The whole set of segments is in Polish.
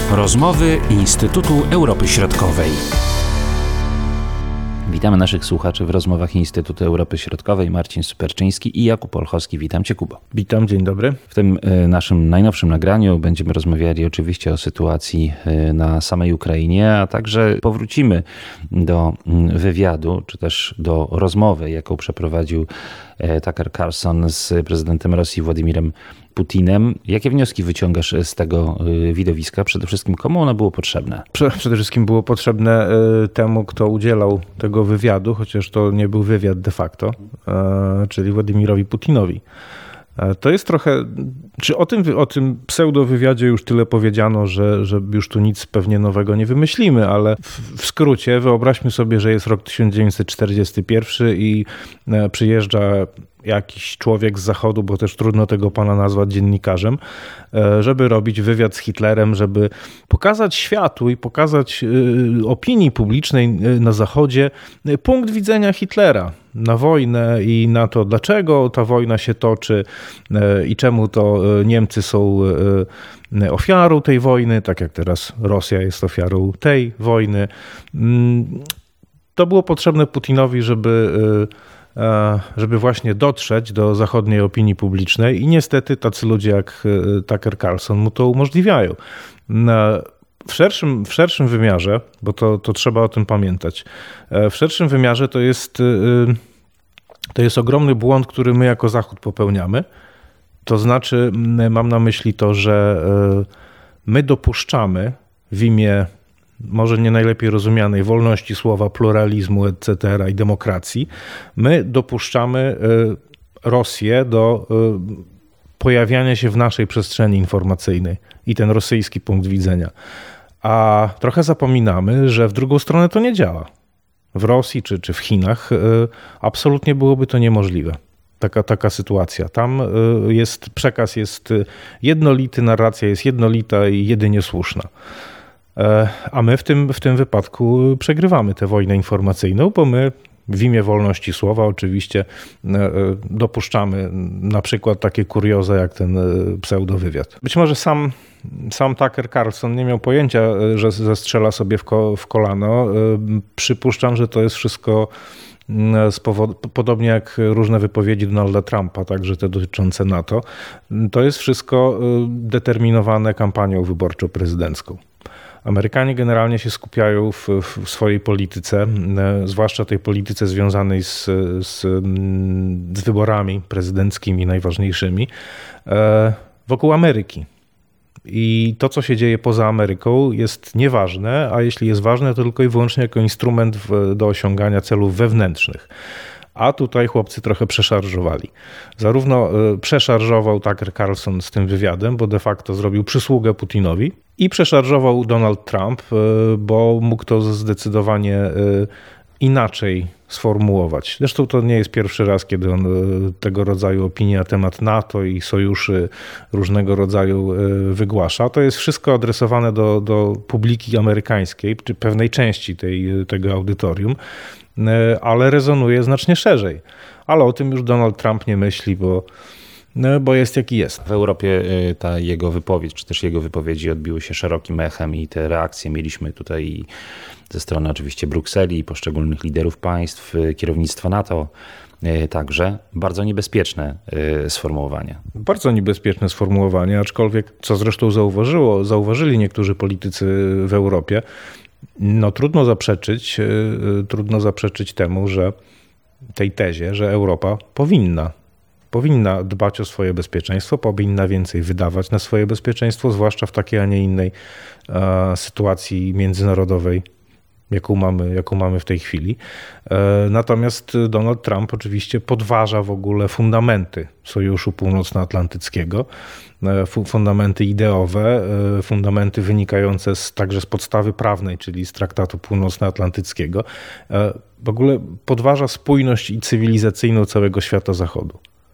Rozmowy Instytutu Europy Środkowej. Witamy naszych słuchaczy w rozmowach Instytutu Europy Środkowej. Marcin Superczyński i Jakub Olchowski. Witam Cię, Kubo. Witam, dzień dobry. W tym naszym najnowszym nagraniu będziemy rozmawiali oczywiście o sytuacji na samej Ukrainie, a także powrócimy do wywiadu, czy też do rozmowy, jaką przeprowadził Tucker Carlson z prezydentem Rosji Władimirem Putinem. Jakie wnioski wyciągasz z tego widowiska? Przede wszystkim komu ono było potrzebne? Przede wszystkim było potrzebne temu, kto udzielał tego wywiadu, chociaż to nie był wywiad de facto, czyli Władimirowi Putinowi. To jest trochę, czy o tym pseudo-wywiadzie już tyle powiedziano, że już tu nic pewnie nowego nie wymyślimy, ale w skrócie wyobraźmy sobie, że jest rok 1941 i przyjeżdża jakiś człowiek z zachodu, bo też trudno tego pana nazwać dziennikarzem, żeby robić wywiad z Hitlerem, żeby pokazać światu i pokazać opinii publicznej na zachodzie punkt widzenia Hitlera na wojnę i na to, dlaczego ta wojna się toczy i czemu to Niemcy są ofiarą tej wojny, tak jak teraz Rosja jest ofiarą tej wojny. To było potrzebne Putinowi, żeby właśnie dotrzeć do zachodniej opinii publicznej i niestety tacy ludzie jak Tucker Carlson mu to umożliwiają. W szerszym wymiarze, bo to trzeba o tym pamiętać, w szerszym wymiarze to jest ogromny błąd, który my jako Zachód popełniamy. To znaczy, mam na myśli to, że my dopuszczamy w imię może nie najlepiej rozumianej wolności słowa, pluralizmu, etc. i demokracji, my dopuszczamy Rosję do pojawiania się w naszej przestrzeni informacyjnej i ten rosyjski punkt widzenia. A trochę zapominamy, że w drugą stronę to nie działa. W Rosji czy w Chinach absolutnie byłoby to niemożliwe. Taka sytuacja. Tam przekaz jest jednolity, narracja jest jednolita i jedynie słuszna. A my w tym wypadku przegrywamy tę wojnę informacyjną, bo my w imię wolności słowa oczywiście dopuszczamy na przykład takie kurioza jak ten pseudowywiad. Być może sam Tucker Carlson nie miał pojęcia, że zastrzela sobie w kolano. Przypuszczam, że to jest wszystko podobnie jak różne wypowiedzi Donalda Trumpa, także te dotyczące NATO. To jest wszystko determinowane kampanią wyborczą prezydencką. Amerykanie generalnie się skupiają w swojej polityce, zwłaszcza tej polityce związanej z wyborami prezydenckimi najważniejszymi, wokół Ameryki. I to, co się dzieje poza Ameryką, jest nieważne, a jeśli jest ważne, to tylko i wyłącznie jako instrument do osiągania celów wewnętrznych. A tutaj chłopcy trochę przeszarżowali. Zarówno przeszarżował Tucker Carlson z tym wywiadem, bo de facto zrobił przysługę Putinowi, i przeszarżował Donald Trump, bo mógł to zdecydowanie inaczej sformułować. Zresztą to nie jest pierwszy raz, kiedy on tego rodzaju opinie na temat NATO i sojuszy różnego rodzaju wygłasza. To jest wszystko adresowane do publiki amerykańskiej, czy pewnej części tego audytorium, ale rezonuje znacznie szerzej. Ale o tym już Donald Trump nie myśli, bo jest jaki jest. W Europie ta jego wypowiedź, czy też jego wypowiedzi odbiły się szerokim echem i te reakcje mieliśmy tutaj ze strony oczywiście Brukseli, poszczególnych liderów państw, kierownictwa NATO. Także bardzo niebezpieczne sformułowanie. Bardzo niebezpieczne sformułowanie, aczkolwiek, co zresztą zauważyli niektórzy politycy w Europie, trudno zaprzeczyć temu, że tej tezie, że Europa powinna dbać o swoje bezpieczeństwo, powinna więcej wydawać na swoje bezpieczeństwo, zwłaszcza w takiej, a nie innej sytuacji międzynarodowej, jaką mamy w tej chwili. Natomiast Donald Trump oczywiście podważa w ogóle fundamenty Sojuszu Północnoatlantyckiego, fundamenty ideowe, fundamenty wynikające także z podstawy prawnej, czyli z Traktatu Północnoatlantyckiego. W ogóle podważa spójność i cywilizacyjną całego świata zachodu.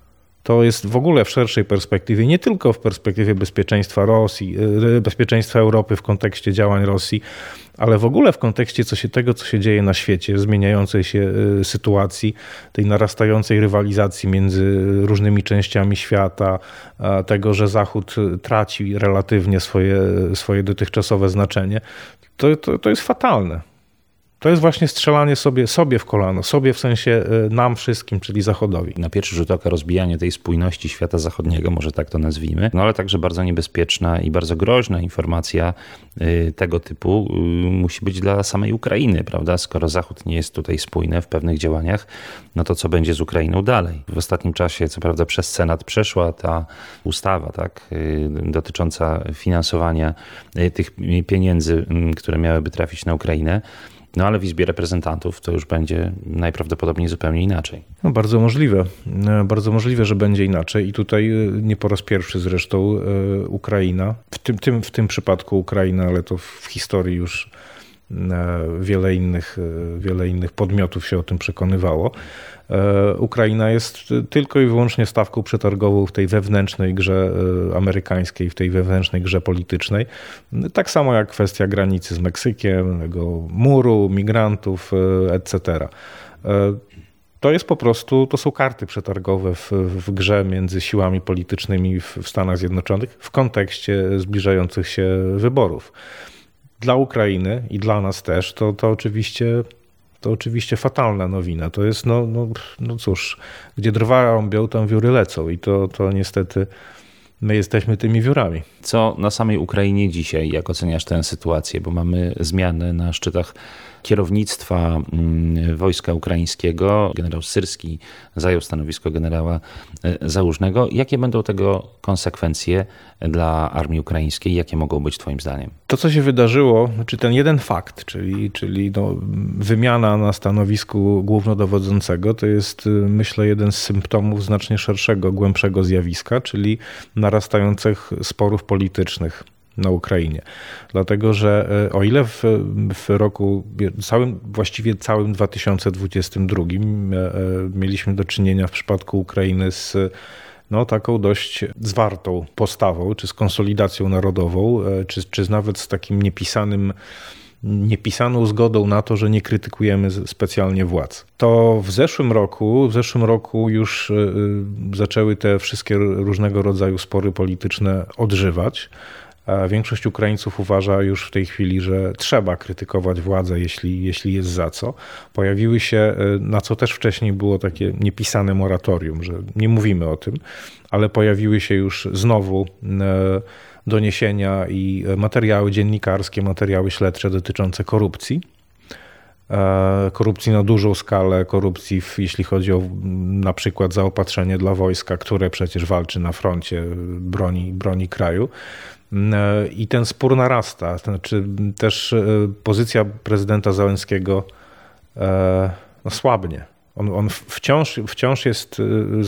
To jest w ogóle w szerszej perspektywie, nie tylko w perspektywie bezpieczeństwa Rosji, bezpieczeństwa Europy w kontekście działań Rosji, ale w ogóle w kontekście tego, co się dzieje na świecie, zmieniającej się sytuacji, tej narastającej rywalizacji między różnymi częściami świata, tego, że Zachód traci relatywnie swoje dotychczasowe znaczenie, to jest fatalne. To jest właśnie strzelanie sobie w kolano, sobie w sensie nam wszystkim, czyli Zachodowi. Na pierwszy rzut oka rozbijanie tej spójności świata zachodniego, może tak to nazwijmy, no ale także bardzo niebezpieczna i bardzo groźna informacja tego typu musi być dla samej Ukrainy, prawda? Skoro Zachód nie jest tutaj spójny w pewnych działaniach, no to co będzie z Ukrainą dalej? W ostatnim czasie, co prawda przez Senat przeszła ta ustawa, tak, dotycząca finansowania tych pieniędzy, które miałyby trafić na Ukrainę. No ale w Izbie Reprezentantów to już będzie najprawdopodobniej zupełnie inaczej. No, bardzo możliwe, że będzie inaczej i tutaj nie po raz pierwszy zresztą Ukraina, w tym przypadku Ukraina, ale to w historii już wiele innych podmiotów się o tym przekonywało. Ukraina jest tylko i wyłącznie stawką przetargową w tej wewnętrznej grze amerykańskiej, w tej wewnętrznej grze politycznej. Tak samo jak kwestia granicy z Meksykiem, tego muru, migrantów, etc. To jest po prostu, to są karty przetargowe w grze między siłami politycznymi w Stanach Zjednoczonych w kontekście zbliżających się wyborów. Dla Ukrainy i dla nas też to oczywiście fatalna nowina. To jest, no cóż, gdzie drwa rąbią, tam wióry lecą i to niestety my jesteśmy tymi wiórami. Co na samej Ukrainie dzisiaj, jak oceniasz tę sytuację? Bo mamy zmiany na szczytach kierownictwa wojska ukraińskiego. Generał Syrski zajął stanowisko generała Załużnego. Jakie będą tego konsekwencje dla armii ukraińskiej? Jakie mogą być twoim zdaniem? To, co się wydarzyło, czy ten jeden fakt, czyli wymiana na stanowisku głównodowodzącego, to jest, myślę, jeden z symptomów znacznie szerszego, głębszego zjawiska, czyli narastających sporów politycznych na Ukrainie. Dlatego, że o ile w roku właściwie całym 2022 mieliśmy do czynienia w przypadku Ukrainy z taką dość zwartą postawą, czy z konsolidacją narodową, czy nawet z takim niepisaną zgodą na to, że nie krytykujemy specjalnie władz. To w zeszłym roku już zaczęły te wszystkie różnego rodzaju spory polityczne odżywać. Większość Ukraińców uważa już w tej chwili, że trzeba krytykować władzę, jeśli jest za co. Pojawiły się, na co też wcześniej było takie niepisane moratorium, że nie mówimy o tym, ale pojawiły się już znowu doniesienia i materiały dziennikarskie, materiały śledcze dotyczące korupcji. Korupcji na dużą skalę, korupcji jeśli chodzi o na przykład zaopatrzenie dla wojska, które przecież walczy na froncie, broni kraju. I ten spór narasta. Znaczy też pozycja prezydenta Zełenskiego słabnie. On wciąż jest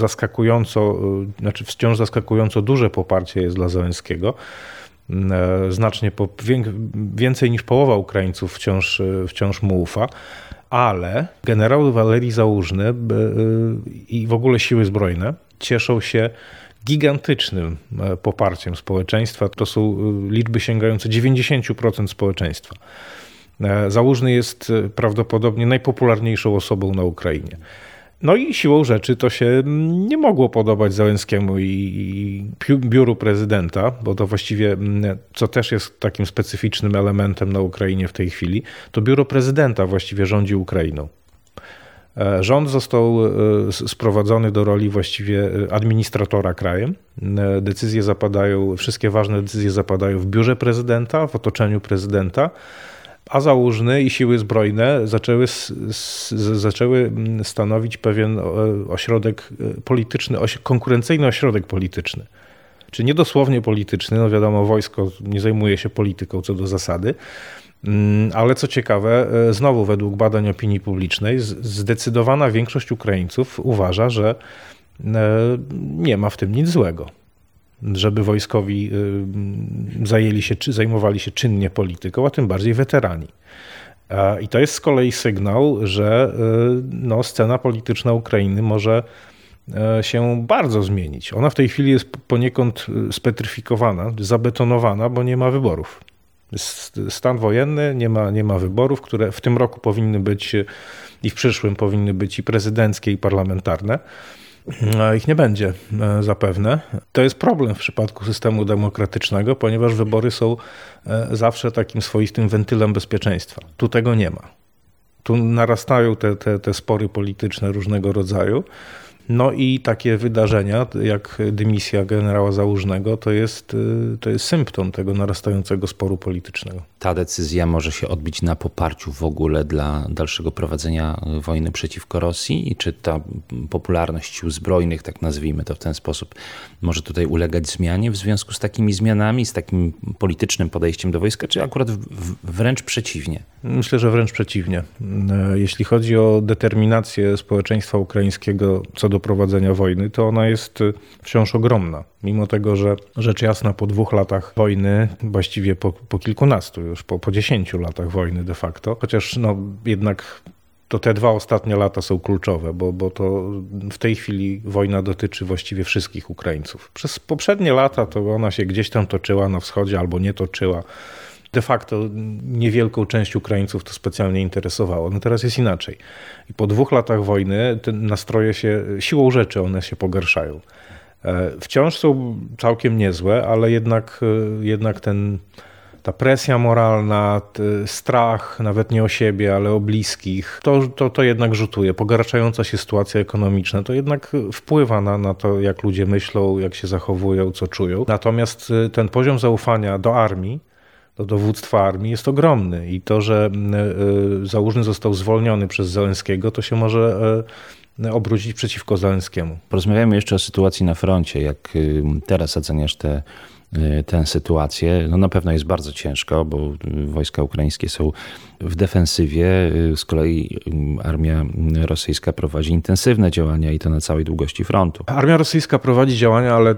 wciąż zaskakująco duże poparcie jest dla Zełenskiego. Znacznie więcej niż połowa Ukraińców wciąż mu ufa, ale generał Walerii Załużny i w ogóle siły zbrojne cieszą się gigantycznym poparciem społeczeństwa. To są liczby sięgające 90% społeczeństwa. Załużny jest prawdopodobnie najpopularniejszą osobą na Ukrainie. No i siłą rzeczy to się nie mogło podobać Zełenskiemu i biuru prezydenta, bo to właściwie, co też jest takim specyficznym elementem na Ukrainie w tej chwili, to biuro prezydenta właściwie rządzi Ukrainą. Rząd został sprowadzony do roli właściwie administratora krajem. Wszystkie ważne decyzje zapadają w biurze prezydenta, w otoczeniu prezydenta, a Załużny i siły zbrojne zaczęły stanowić pewien ośrodek polityczny, konkurencyjny ośrodek polityczny. Czy nie dosłownie polityczny, no wiadomo, wojsko nie zajmuje się polityką co do zasady, ale co ciekawe, znowu według badań opinii publicznej zdecydowana większość Ukraińców uważa, że nie ma w tym nic złego, żeby wojskowi zajmowali się czynnie polityką, a tym bardziej weterani. I to jest z kolei sygnał, że scena polityczna Ukrainy może się bardzo zmienić. Ona w tej chwili jest poniekąd spetryfikowana, zabetonowana, bo nie ma wyborów. Jest stan wojenny, nie ma wyborów, które w tym roku powinny być i w przyszłym powinny być i prezydenckie, i parlamentarne. A ich nie będzie zapewne. To jest problem w przypadku systemu demokratycznego, ponieważ wybory są zawsze takim swoistym wentylem bezpieczeństwa. Tu tego nie ma. Tu narastają te spory polityczne różnego rodzaju. No i takie wydarzenia jak dymisja generała Załużnego to jest symptom tego narastającego sporu politycznego. Ta decyzja może się odbić na poparciu w ogóle dla dalszego prowadzenia wojny przeciwko Rosji? I czy ta popularność sił zbrojnych, tak nazwijmy to w ten sposób, może tutaj ulegać zmianie w związku z takimi zmianami, z takim politycznym podejściem do wojska, czy akurat wręcz przeciwnie? Myślę, że wręcz przeciwnie. Jeśli chodzi o determinację społeczeństwa ukraińskiego co do prowadzenia wojny, to ona jest wciąż ogromna. Mimo tego, że rzecz jasna po 2 latach wojny, właściwie po kilkunastu już, po 10 latach wojny de facto, chociaż jednak to te 2 ostatnie lata są kluczowe, bo to w tej chwili wojna dotyczy właściwie wszystkich Ukraińców. Przez poprzednie lata to ona się gdzieś tam toczyła na wschodzie albo nie toczyła. De facto niewielką część Ukraińców to specjalnie interesowało. No teraz jest inaczej. I po 2 latach wojny te nastroje się, siłą rzeczy one się pogarszają. Wciąż są całkiem niezłe, ale jednak ta presja moralna, strach nawet nie o siebie, ale o bliskich, to jednak rzutuje. Pogarszająca się sytuacja ekonomiczna to jednak wpływa na to, jak ludzie myślą, jak się zachowują, co czują. Natomiast ten poziom zaufania do armii, do dowództwa armii jest ogromny i to, że Załużny został zwolniony przez Zełenskiego, to się może obrócić przeciwko Zełenskiemu. Porozmawiajmy jeszcze o sytuacji na froncie. Jak teraz oceniasz tę sytuację? No na pewno jest bardzo ciężko, bo wojska ukraińskie są w defensywie. Z kolei armia rosyjska prowadzi intensywne działania i to na całej długości frontu. Armia rosyjska prowadzi działania, ale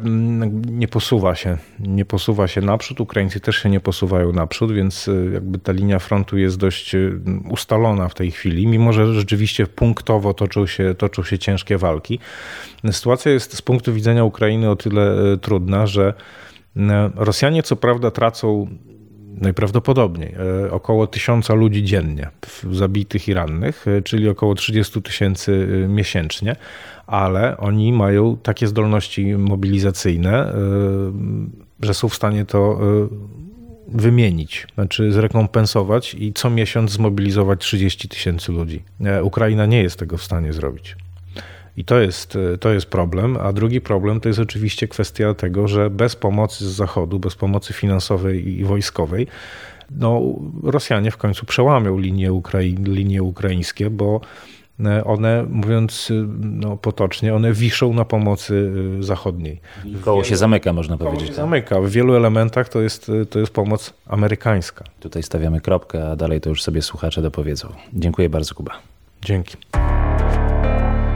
nie posuwa się naprzód. Ukraińcy też się nie posuwają naprzód, więc jakby ta linia frontu jest dość ustalona w tej chwili, mimo że rzeczywiście punktowo toczą się ciężkie walki. Sytuacja jest z punktu widzenia Ukrainy o tyle trudna, że Rosjanie co prawda tracą najprawdopodobniej około 1000 ludzi dziennie, zabitych i rannych, czyli około 30 000 miesięcznie, ale oni mają takie zdolności mobilizacyjne, że są w stanie to wymienić, znaczy zrekompensować i co miesiąc zmobilizować 30 000 ludzi. Ukraina nie jest tego w stanie zrobić. I to jest problem, a drugi problem to jest oczywiście kwestia tego, że bez pomocy z Zachodu, bez pomocy finansowej i wojskowej, Rosjanie w końcu przełamią linie ukraińskie, bo one, mówiąc potocznie, one wiszą na pomocy zachodniej. Koło się zamyka, można powiedzieć. Koło się zamyka. W wielu elementach to jest pomoc amerykańska. Tutaj stawiamy kropkę, a dalej to już sobie słuchacze dopowiedzą. Dziękuję bardzo, Kuba. Dzięki.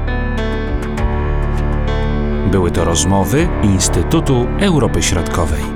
Były to rozmowy Instytutu Europy Środkowej.